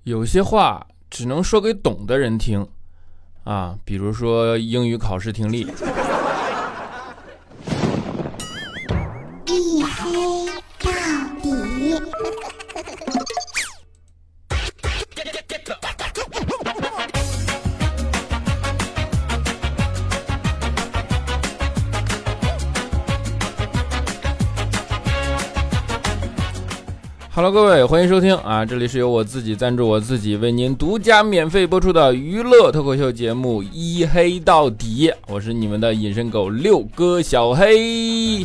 有些话只能说给懂的人听啊，比如说英语考试听力。 一黑到底。 Hello， 各位，欢迎收听啊！这里是由我自己赞助我自己，为您独家免费播出的娱乐脱口秀节目《一黑到底》，我是你们的隐身狗六哥小黑。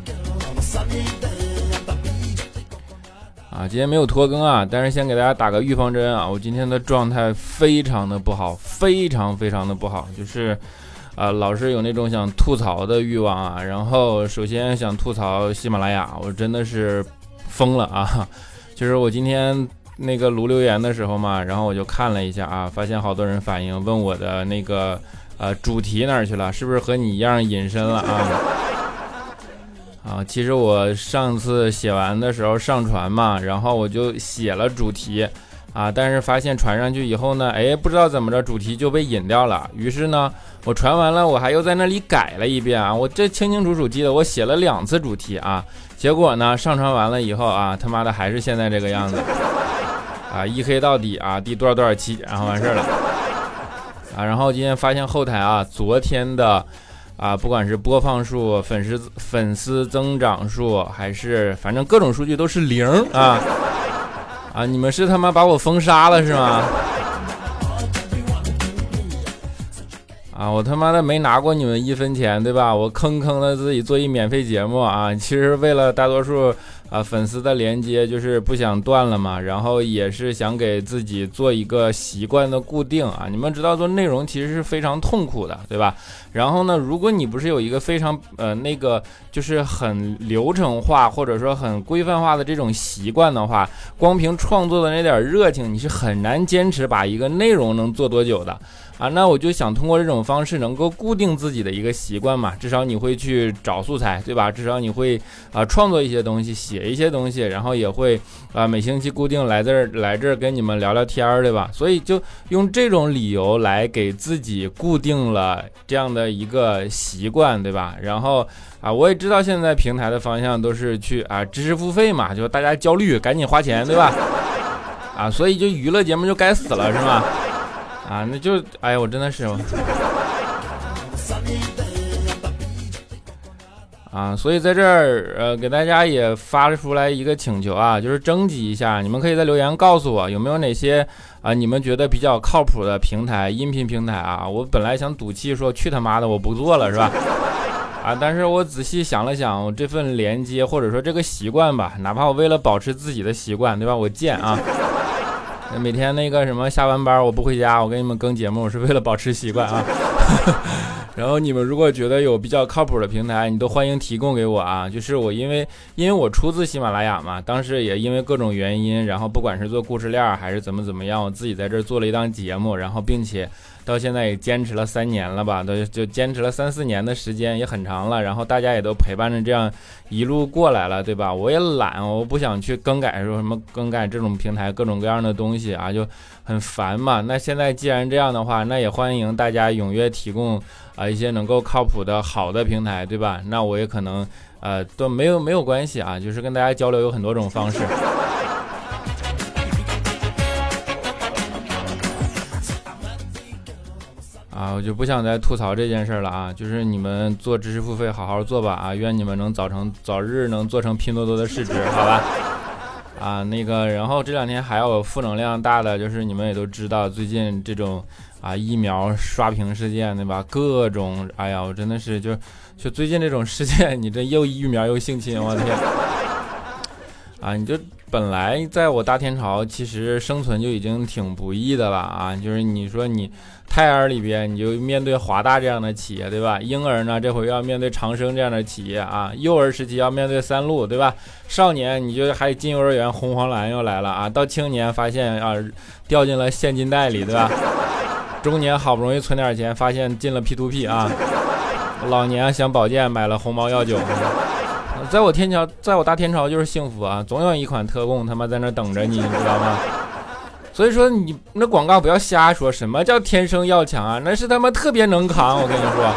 今天没有拖更啊，但是先给大家打个预防针啊，我今天的状态非常的不好，非常的不好，就是老是有那种想吐槽的欲望啊。然后首先想吐槽喜马拉雅，我真的是疯了啊！就是我今天那个录留言的时候嘛，然后我就看了一下啊，发现好多人反映问我的那个主题哪儿去了，是不是和你一样隐身了啊？其实我上次写完的时候上传嘛，然后我就写了主题啊，但是发现传上去以后呢，不知道怎么着主题就被隐掉了。于是呢，我传完了，我还又在那里改了一遍啊，我这清清楚楚记得我写了2次主题啊。结果呢，上传完了以后啊，他妈的还是现在这个样子啊，一黑到底啊，第多少期，然后完事了啊。然后今天发现后台啊，昨天的不管是播放数、粉丝增长数，还是反正各种数据都是0啊！你们是他妈把我封杀了是吗？我他妈的没拿过你们1分钱，对吧？我坑的自己做一免费节目啊，其实为了大多数粉丝的连接，就是不想断了嘛，然后也是想给自己做一个习惯的固定啊。你们知道做内容其实是非常痛苦的，对吧？然后呢，如果你不是有一个非常那个就是很流程化或者说很规范化的这种习惯的话，光凭创作的那点热情，你是很难坚持把一个内容能做多久的。那我就想通过这种方式能够固定自己的一个习惯嘛，至少你会去找素材，对吧？至少你会创作一些东西，写一些东西，然后也会每星期固定来这儿跟你们聊聊天，对吧？所以就用这种理由来给自己固定了这样的一个习惯，对吧？然后我也知道现在平台的方向都是去知识付费嘛，就大家焦虑赶紧花钱，对吧？所以就娱乐节目就该死了，是吗？那就我真的是所以在这儿给大家也发出来一个请求啊，就是征集一下，你们可以在留言告诉我有没有哪些你们觉得比较靠谱的平台，音频平台我本来想赌气说去他妈的我不做了，是吧？但是我仔细想了想，我这份连接或者说这个习惯吧，哪怕我为了保持自己的习惯，对吧？我贱每天那个什么下完班我不回家，我给你们更节目，我是为了保持习惯然后你们如果觉得有比较靠谱的平台，你都欢迎提供给我就是我因为我出自喜马拉雅嘛，当时也因为各种原因，然后不管是做故事链还是怎么样，我自己在这儿做了一档节目，然后并且到现在也坚持了3年了吧，就坚持了3-4年的时间，也很长了，然后大家也都陪伴着这样一路过来了，对吧？我也懒，我不想去更改说什么更改这种平台各种各样的东西就很烦嘛。那现在既然这样的话，那也欢迎大家踊跃提供一些能够靠谱的好的平台，对吧？那我也可能都没有关系就是跟大家交流有很多种方式我就不想再吐槽这件事了就是你们做知识付费好好做吧愿你们能早日能做成拼多多的市值，好吧？那个，然后这2天还有负能量大的，就是你们也都知道，最近这种疫苗刷屏事件，对吧？各种，我真的是就最近这种事件，你这又疫苗又性侵，我的天！你就本来在我大天朝，其实生存就已经挺不易的了就是你说你胎儿里边，你就面对华大这样的企业，对吧？婴儿呢，这回要面对长生这样的企业幼儿时期要面对3鹿，对吧？少年你就还进幼儿园，红黄蓝又来了到青年发现掉进了现金袋里，对吧？中年好不容易存点钱，发现进了 P2P 老年想保健，买了红毛药酒。在我大天朝就是幸福总有一款特供他妈在那等着你，你知道吗？ 所以说你那广告不要瞎说，什么叫天生要强啊？那是他妈特别能扛，我跟你说。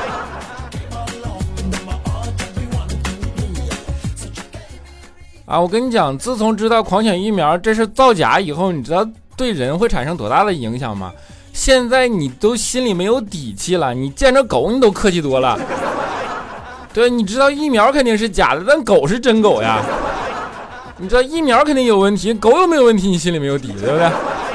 啊，我跟你讲，自从知道狂犬疫苗这是造假以后，你知道对人会产生多大的影响吗？现在你都心里没有底气了，你见着狗你都客气多了。对，你知道疫苗肯定是假的，但狗是真狗呀。你知道疫苗肯定有问题，狗有没有问题，你心里没有底，对不对？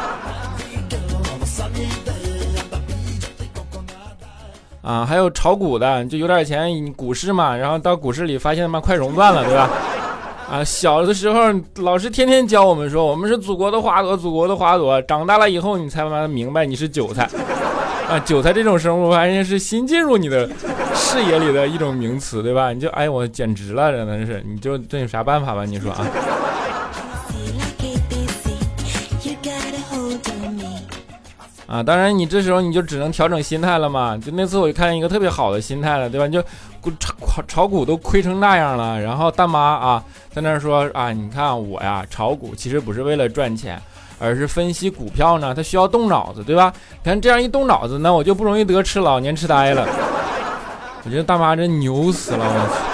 啊，还有炒股的，就有点钱，股市嘛，然后到股市里发现他妈快熔断了，对吧？啊，小的时候老师天天教我们说，我们是祖国的花朵，祖国的花朵。长大了以后，你才慢慢明白你是韭菜。啊，韭菜这种生物，发现是新进入你的视野里的一种名词，对吧？你就哎，我简直了，真的是，你就这有啥办法吧？你说啊？啊，当然你这时候你就只能调整心态了嘛。就那次我就看一个特别好的心态了，对吧？你就炒股都亏成那样了，然后大妈啊在那说啊，你看我呀，炒股其实不是为了赚钱，而是分析股票呢，它需要动脑子，对吧？你看这样一动脑子呢，我就不容易得老年痴呆了。我觉得大妈真牛死了，我去。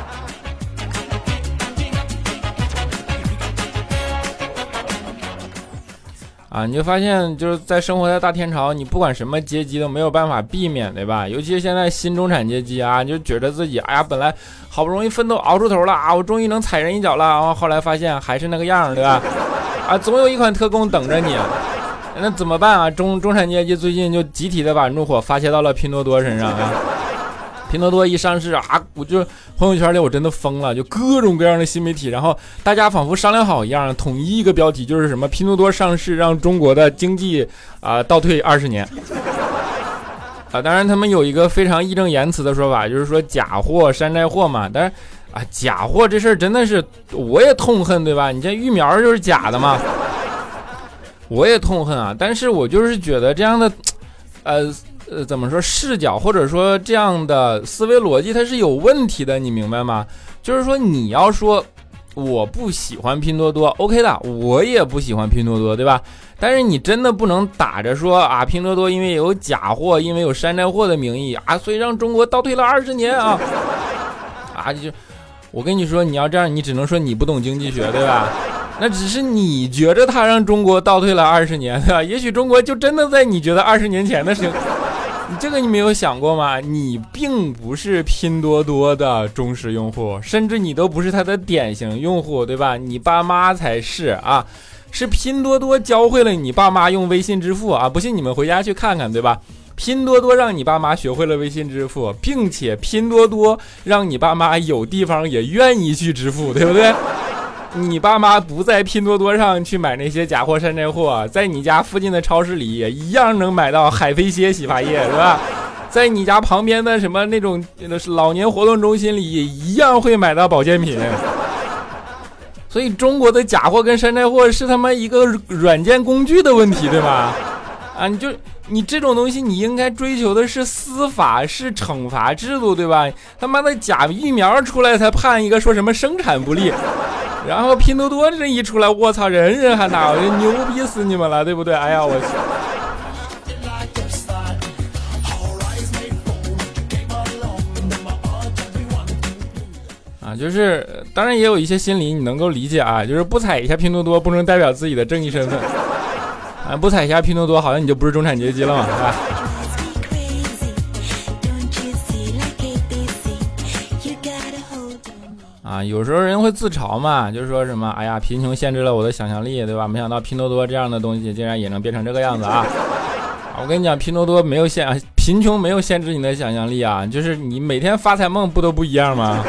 啊，你就发现就是在生活在大天朝，你不管什么阶级都没有办法避免，对吧？尤其是现在新中产阶级啊，就觉得自己哎呀，本来好不容易奋斗熬出头了啊，我终于能踩人一脚了，然后后来发现还是那个样，对吧？啊，总有一款特供等着你，那怎么办啊？中产阶级最近就集体的把怒火发泄到了拼多多身上啊。拼多多一上市啊，我就朋友圈里我真的疯了，就各种各样的新媒体，然后大家仿佛商量好一样，统一一个标题，就是什么拼多多上市让中国的经济倒退20年。当然他们有一个非常义正言辞的说法，就是说假货山寨货嘛。但是假货这事儿真的是我也痛恨，对吧？你这疫苗就是假的嘛，我也痛恨啊。但是我就是觉得这样的怎么说视角或者说这样的思维逻辑它是有问题的，你明白吗？就是说你要说我不喜欢拼多多 OK 的，我也不喜欢拼多多，对吧？但是你真的不能打着说啊拼多多因为有假货，因为有山寨货的名义啊，所以让中国倒退了20年啊就我跟你说，你要这样你只能说你不懂经济学，对吧？那只是你觉得他让中国倒退了20年，对吧？也许中国就真的在你觉得20年前的事情。你这个你没有想过吗？你并不是拼多多的忠实用户，甚至你都不是他的典型用户，对吧？你爸妈才是啊，是拼多多教会了你爸妈用微信支付啊！不信你们回家去看看，对吧？拼多多让你爸妈学会了微信支付，并且拼多多让你爸妈有地方也愿意去支付，对不对？你爸妈不在拼多多上去买那些假货山寨货，在你家附近的超市里也一样能买到海飞蝎洗发液，对吧？在你家旁边的什么那种老年活动中心里也一样会买到保健品。所以中国的假货跟山寨货是他妈一个软件工具的问题，对吧？啊，你这种东西你应该追求的是司法，是惩罚制度，对吧？他妈的假疫苗出来才判一个说什么生产不力。然后拼多多这一出来，我操，人人喊打，我就牛逼死你们了，对不对？哎呀，我就是当然也有一些心理你能够理解啊，就是不踩一下拼多多不能代表自己的正义身份啊，不踩一下拼多多好像你就不是中产阶级了嘛，啊。有时候人会自嘲嘛，就是说什么哎呀贫穷限制了我的想象力，对吧？没想到拼多多这样的东西竟然也能变成这个样子啊！我跟你讲，拼多多没有贫穷没有限制你的想象力啊，就是你每天发财梦不都不一样吗？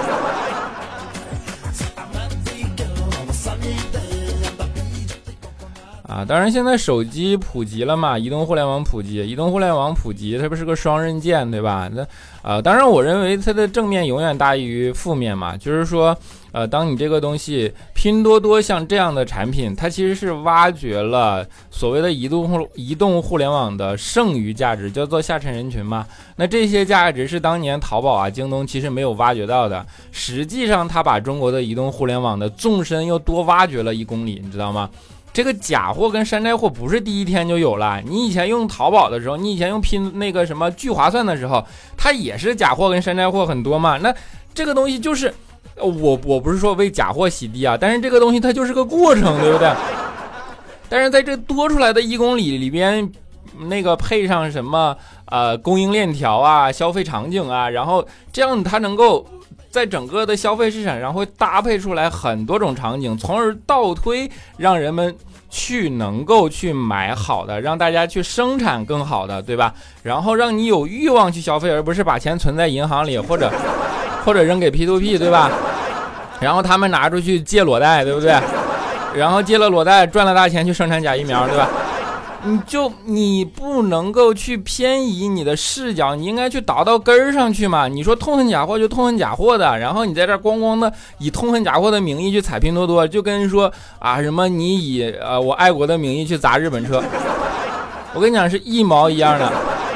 当然现在手机普及了嘛，移动互联网普及它不是个双刃剑，对吧？当然我认为它的正面永远大于负面嘛，就是说当你这个东西拼多多像这样的产品，它其实是挖掘了所谓的移动互联网的剩余价值，叫做下沉人群嘛。那这些价值是当年淘宝京东其实没有挖掘到的，实际上它把中国的移动互联网的纵深又多挖掘了1公里，你知道吗？ 这个假货跟山寨货不是第一天就有了，你以前用淘宝的时候，你以前用拼那个什么聚划算的时候，它也是假货跟山寨货很多嘛。那这个东西就是我不是说为假货洗地啊，但是这个东西它就是个过程，对不对？但是在这多出来的1公里里边，那个配上什么供应链条啊、消费场景啊，然后这样它能够在整个的消费市场上会搭配出来很多种场景，从而倒推让人们能够去买好的，让大家去生产更好的，对吧？然后让你有欲望去消费，而不是把钱存在银行里或者扔给 P2P， 对吧？然后他们拿出去借裸贷，对不对？然后借了裸贷赚了大钱去生产假疫苗，对吧？你不能够去偏移你的视角，你应该去倒到根儿上去嘛。你说痛恨假货就痛恨假货的，然后你在这光光的以痛恨假货的名义去踩拼多多，就跟说啊什么你以我爱国的名义去砸日本车，我跟你讲是一毛一样的。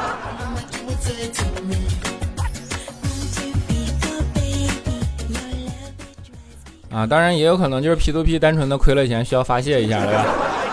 啊，当然也有可能就是 P2P 单纯的亏了钱需要发泄一下，对吧？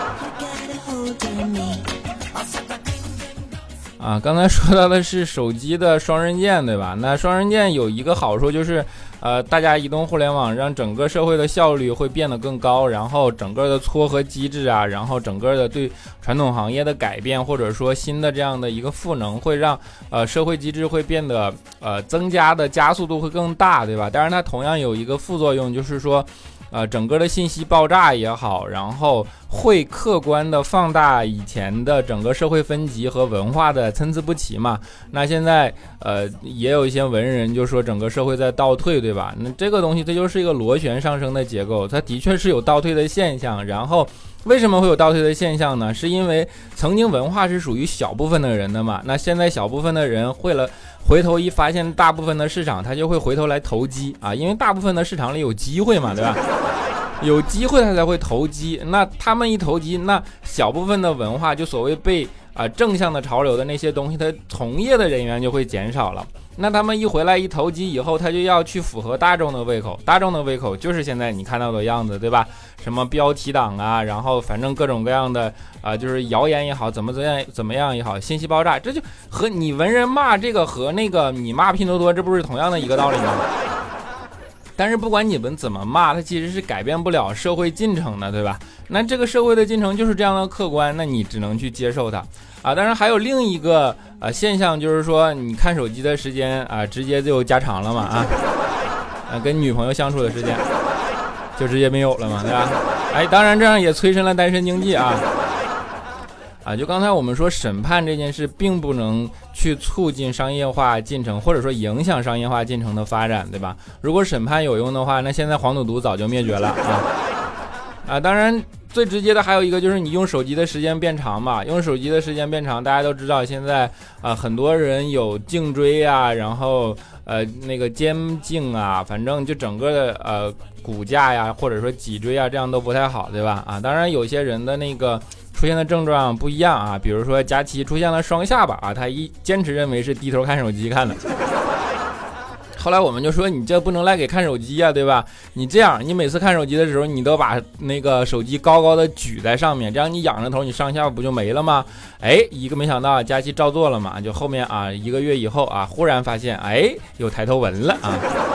啊，刚才说到的是手机的双刃剑，对吧？那双刃剑有一个好处就是，大家移动互联网让整个社会的效率会变得更高，然后整个的撮合机制啊，然后整个的对传统行业的改变，或者说新的这样的一个赋能，会让社会机制会变得增加的加速度会更大，对吧？当然它同样有一个副作用，就是说整个的信息爆炸也好，然后会客观的放大以前的整个社会分级和文化的参差不齐嘛。那现在也有一些文人就说整个社会在倒退，对吧？那这个东西它就是一个螺旋上升的结构，它的确是有倒退的现象。然后为什么会有倒退的现象呢？是因为曾经文化是属于小部分的人的嘛，那现在小部分的人回头一发现大部分的市场，他就会回头来投机啊，因为大部分的市场里有机会嘛，对吧？有机会他才会投机，那他们一投机，那小部分的文化就所谓被正向的潮流的那些东西，它从业的人员就会减少了。那他们一回来一投机以后，他就要去符合大众的胃口，大众的胃口就是现在你看到的样子，对吧？什么标题党啊，然后反正各种各样的就是谣言也好，怎么样也好，信息爆炸，这就和你文人骂这个和那个你骂拼多多，这不是同样的一个道理吗？但是不管你们怎么骂，它其实是改变不了社会进程的，对吧？那这个社会的进程就是这样的客观，那你只能去接受它啊。当然还有另一个现象，就是说你看手机的时间直接就加长了嘛跟女朋友相处的时间就直接没有了嘛，对吧？当然这样也催生了单身经济就刚才我们说审判这件事并不能去促进商业化进程，或者说影响商业化进程的发展，对吧？如果审判有用的话，那现在黄赌毒早就灭绝了当然最直接的还有一个就是你用手机的时间变长嘛，用手机的时间变长，大家都知道现在很多人有颈椎啊，然后那个肩颈啊，反正就整个的骨架呀，或者说脊椎啊，这样都不太好，对吧？当然有些人的那个出现的症状不一样比如说佳琪出现了双下巴他坚持认为是低头看手机看的。后来我们就说你这不能赖给看手机对吧？你这样，你每次看手机的时候，你都把那个手机高高的举在上面，这样你仰着头，你上下巴不就没了吗？一个没想到佳琪照做了嘛，就后面1个月以后忽然发现有抬头纹了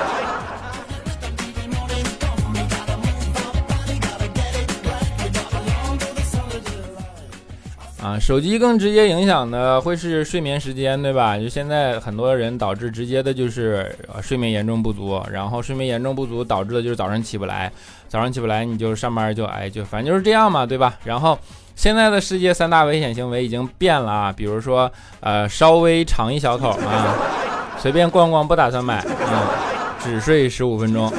手机更直接影响的会是睡眠时间，对吧？就现在很多人导致直接的就是睡眠严重不足，然后睡眠严重不足导致的就是早上起不来你就上班就反正就是这样嘛，对吧？然后现在的世界3大危险行为已经变了比如说稍微尝一小口随便逛逛不打算买只睡15分钟。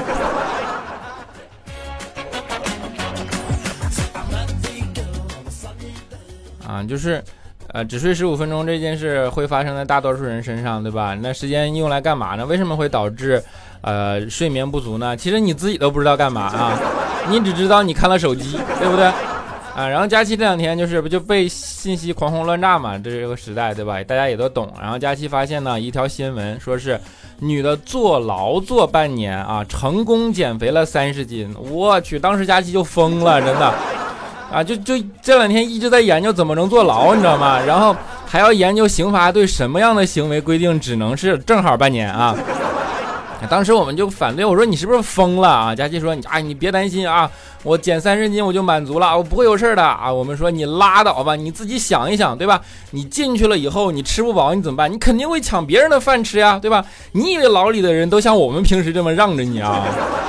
就是只睡15分钟这件事会发生在大多数人身上，对吧？那时间用来干嘛呢？为什么会导致睡眠不足呢？其实你自己都不知道干嘛你只知道你看了手机，对不对？然后佳期这2天不就被信息狂轰乱炸嘛，这是个时代，对吧？大家也都懂。然后佳期发现呢一条新闻，说是女的坐牢坐半年成功减肥了30斤。我去，当时佳期就疯了，真的。 啊，就这2天一直在研究怎么能坐牢，你知道吗？然后还要研究刑罚对什么样的行为规定只能是正好半年啊。当时我们就反对，我说你是不是疯了啊？佳琪说你别担心啊，我减30斤我就满足了，我不会有事的啊。我们说你拉倒吧，你自己想一想，对吧？你进去了以后你吃不饱你怎么办？你肯定会抢别人的饭吃呀，对吧？你以为牢里的人都像我们平时这么让着你啊？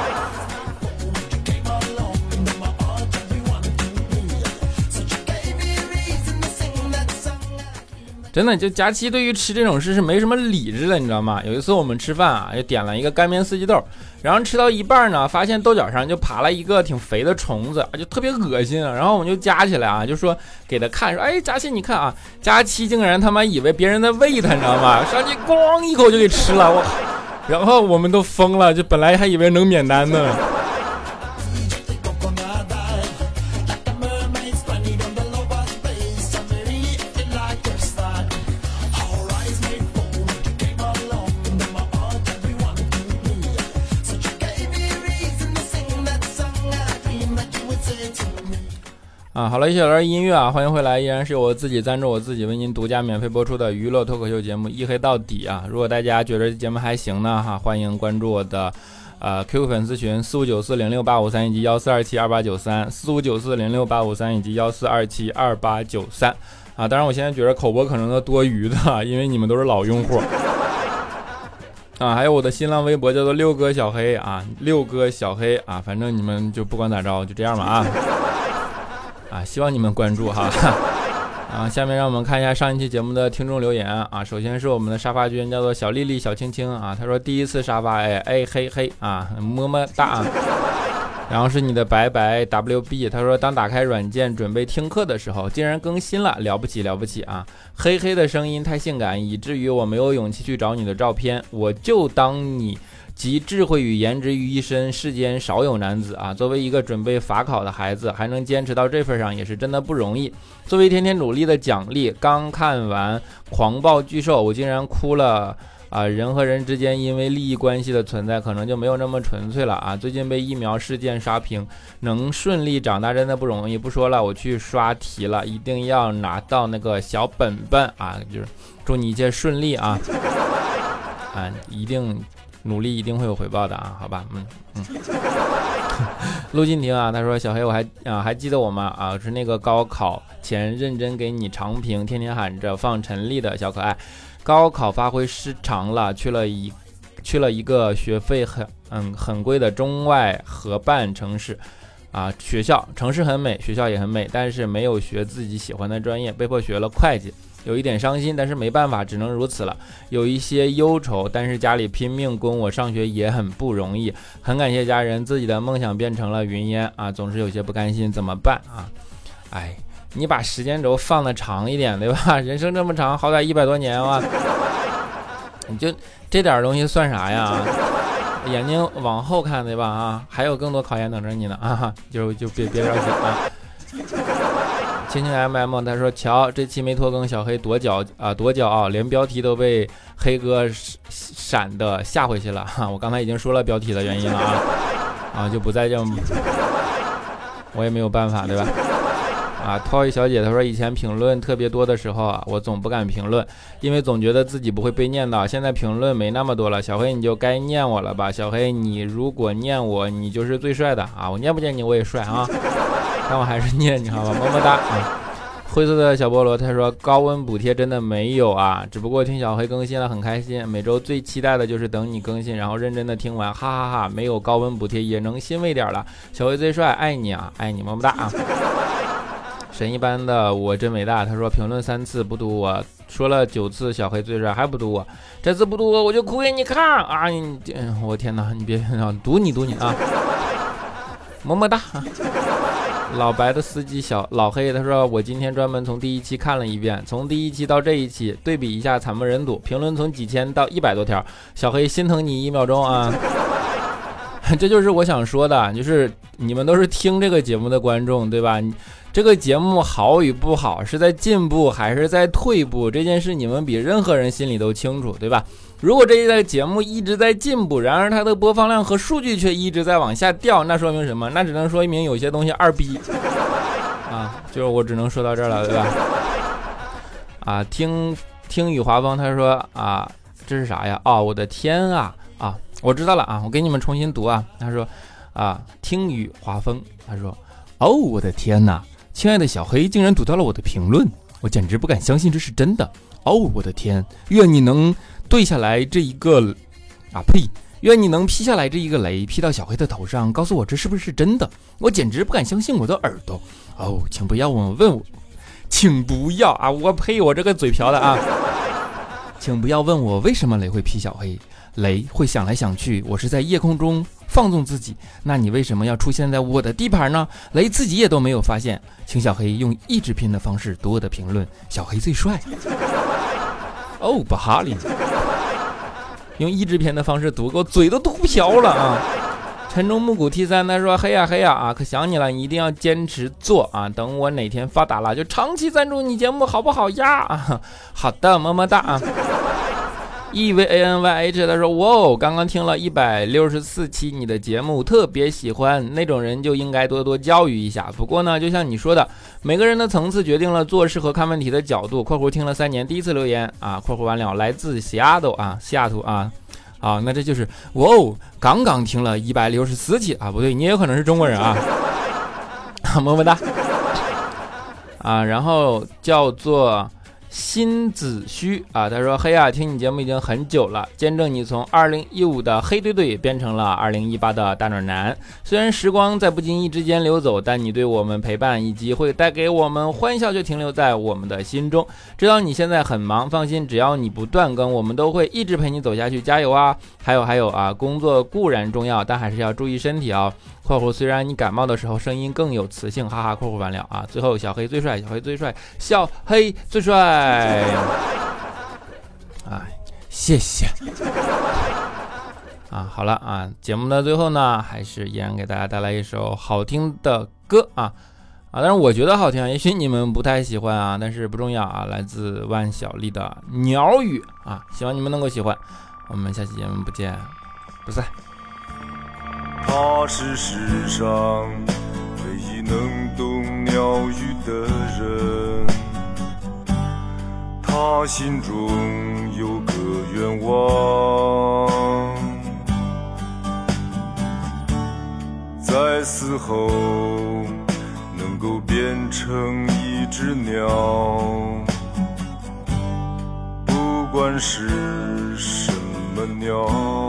真的，就佳期对于吃这种事是没什么理智的，你知道吗？有一次我们吃饭啊，就点了一个干煸四季豆，然后吃到一半呢，发现豆角上就爬了一个挺肥的虫子，就特别恶心啊。然后我们就夹起来啊，就说给他看，说哎，佳期你看啊，佳期竟然他妈以为别人在喂他，你知道吗？上去咣一口就给吃了，然后我们都疯了，就本来还以为能免单呢。好了，一小段音乐啊，欢迎回来，依然是我自己赞助我自己为您独家免费播出的娱乐脱口秀节目一黑到底啊。如果大家觉得这节目还行呢欢迎关注我的QQ 粉丝群4594068553以及142728934594068553以及14272893当然我现在觉得口播可能都多余的，因为你们都是老用户还有我的新浪微博叫做六哥小黑六哥小黑反正你们就不管咋着就这样吧希望你们关注哈下面让我们看一下上一期节目的听众留言首先是我们的沙发君叫做小丽丽小青青他说第一次沙发嘿嘿么么哒然后是你的白白 WB， 他说当打开软件准备听课的时候竟然更新了，了不起了不起黑黑的声音太性感，以至于我没有勇气去找你的照片，我就当你集智慧与颜值于一身，世间少有男子作为一个准备法考的孩子还能坚持到这份上也是真的不容易，作为天天努力的奖励，刚看完狂暴巨兽我竟然哭了人和人之间因为利益关系的存在可能就没有那么纯粹了最近被疫苗事件刷屏，能顺利长大真的不容易，不说了，我去刷题了，一定要拿到那个小本本就是祝你一切顺利一定努力一定会有回报的好吧陆进庭他说小黑我还记得我吗是那个高考前认真给你长评天天喊着放陈粒的小可爱，高考发挥失常了，去了一个学费很贵的中外合办城市学校，城市很美，学校也很美，但是没有学自己喜欢的专业，被迫学了会计，有一点伤心，但是没办法，只能如此了，有一些忧愁，但是家里拼命供我上学也很不容易，很感谢家人，自己的梦想变成了云烟总是有些不甘心，怎么办你把时间轴放得长一点，对吧？人生这么长，好歹100多年你就这点东西算啥呀？眼睛往后看，对吧？还有更多考验等着你呢就别着急轻轻 MM 他说瞧这期没拖更，小黑多骄傲，连标题都被黑哥闪的吓回去了我刚才已经说了标题的原因了就不再这么，我也没有办法，对吧Toy 小姐她说以前评论特别多的时候我总不敢评论，因为总觉得自己不会被念到，现在评论没那么多了，小黑你就该念我了吧，小黑你如果念我你就是最帅的我念不念你我也帅但我还是念你好吧，么么哒灰色的小菠萝他说高温补贴真的没有只不过听小黑更新了很开心，每周最期待的就是等你更新然后认真的听完哈哈哈，没有高温补贴也能欣慰点了，小黑最帅，爱你爱你么么哒神一般的我真伟大，他说评论3次不读我，说了9次小黑最帅还不读我，这次不读我就哭给你看我天哪，你别读你么么哒老白的司机老黑他说我今天专门从第1期看了一遍，从第1期到这一期对比一下惨不忍睹，评论从几千到100多条，小黑心疼你1秒钟这就是我想说的，就是你们都是听这个节目的观众，对吧？这个节目好与不好，是在进步还是在退步，这件事你们比任何人心里都清楚，对吧？如果这一个节目一直在进步，然而它的播放量和数据却一直在往下掉，那说明什么？那只能说明有些东西二逼啊，就是我只能说到这儿了，对吧？啊，听雨华风他说啊，这是啥呀？哦，我的天啊！啊，我知道了啊，我给你们重新读啊。他说啊，听雨华风，他说，哦，我的天哪！亲爱的小黑竟然读到了我的评论，我简直不敢相信这是真的。哦，我的天！愿你能对下来这一个啊呸！愿你能劈下来这一个雷，劈到小黑的头上，告诉我这是不是真的？我简直不敢相信我的耳朵。哦，请不要问我，请不要啊！我呸！我这个嘴瓢的啊！请不要问我为什么雷会劈小黑。雷会想来想去，我是在夜空中放纵自己，那你为什么要出现在我的地盘呢？雷自己也都没有发现。请小黑用意志篇的方式读我的评论，小黑最帅。哦，巴哈里，用意志篇的方式读，我嘴都读飘了啊！晨钟暮鼓 T3 他说：“嘿呀嘿呀啊，可想你了，你一定要坚持做啊！等我哪天发达了，就长期赞助你节目，好不好呀？”啊，好的，么么哒啊！ EVANYH 他说：“哇，刚刚听了164期你的节目，特别喜欢，那种人就应该多多教育一下。不过呢，就像你说的，每个人的层次决定了做事和看问题的角度。”（括弧听了3年，第一次留言啊。）（括弧完了，来自西雅图啊，西雅图啊。）好，那这就是哇哦，刚刚听了164期啊，不对，你也有可能是中国人啊，么么哒啊，然后叫做。 新子虚啊，他说：“嘿呀，听你节目已经很久了，见证你从2015的黑队队变成了2018的大暖男。虽然时光在不经意之间流走，但你对我们陪伴以及会带给我们欢笑，就停留在我们的心中。知道你现在很忙，放心，只要你不断更，我们都会一直陪你走下去，加油啊！还有啊，工作固然重要，但还是要注意身体啊。” (括弧虽然你感冒的时候声音更有磁性，哈哈。括弧完了啊，最后小黑最帅，小黑最帅，小黑最帅。哎，谢谢。啊，好了啊，节目的最后呢，还是依然给大家带来一首好听的歌啊，但是我觉得好听，也许你们不太喜欢啊，但是不重要啊，来自万晓利的鸟语啊，希望你们能够喜欢。我们下期节目不见不散。 他是世上唯一能懂鸟语的人，他心中有个愿望，在死后能够变成一只鸟，不管是什么鸟，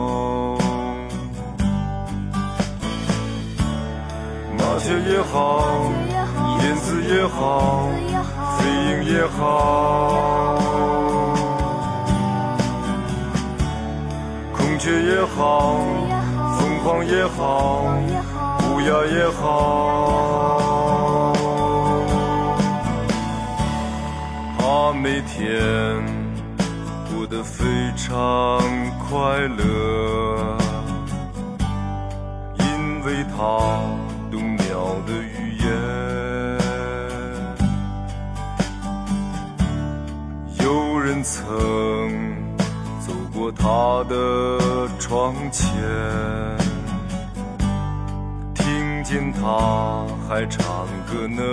麻雀也好，燕子也好，飞鹰也好，孔雀也好，凤凰也好，乌鸦也好，它每天过得非常快乐，因为它懂鸟的语言。有人曾走过他的窗前，听见他还唱歌呢。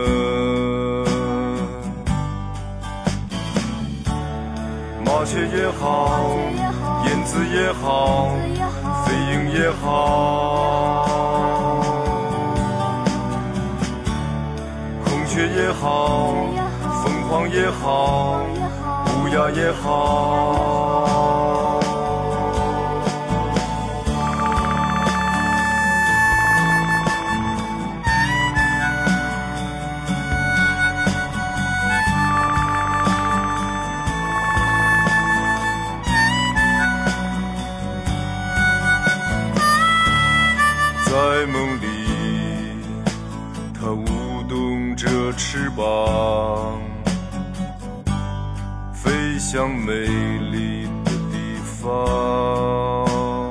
麻雀也好，燕子也好，飞鹰也好，孔雀也好，凤凰也好，乌鸦也好，在梦里它舞动着翅膀，飞向美丽的地方，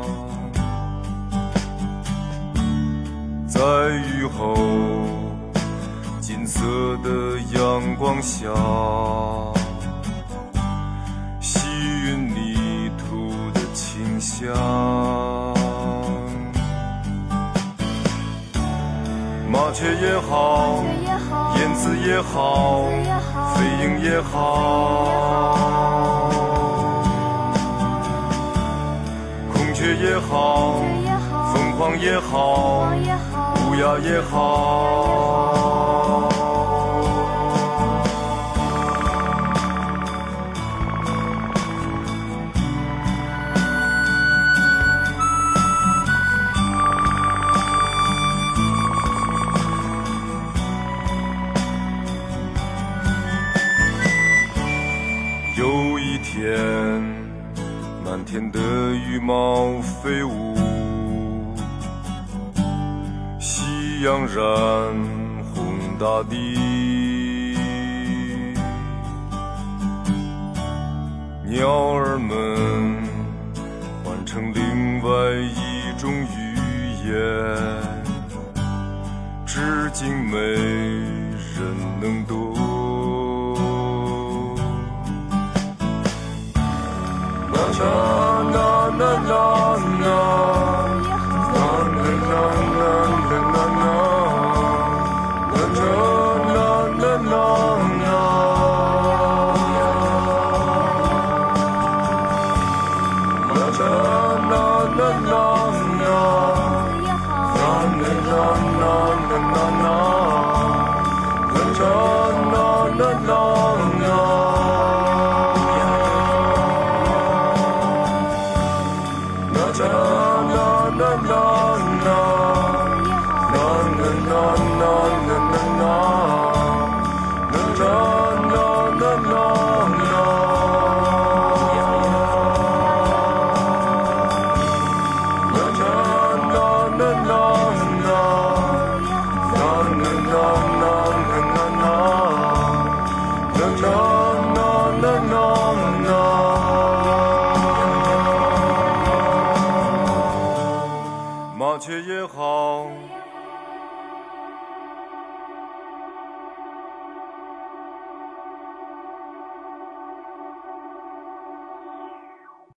在雨后金色的阳光下，吸吮泥土的清香。麻雀也好，燕子子也好，飞鹰也好，孔雀也好，凤凰也好，乌鸦也好。有一天，满天的羽毛飞舞，夕阳染红大地，鸟儿们换成另外一种语言，至今没人能懂。啦啦啦啦啦，啦啦啦啦啦啦，啦啦啦啦啦，啦啦啦啦啦，啦啦啦啦啦，啦啦啦啦啦。麻雀也好，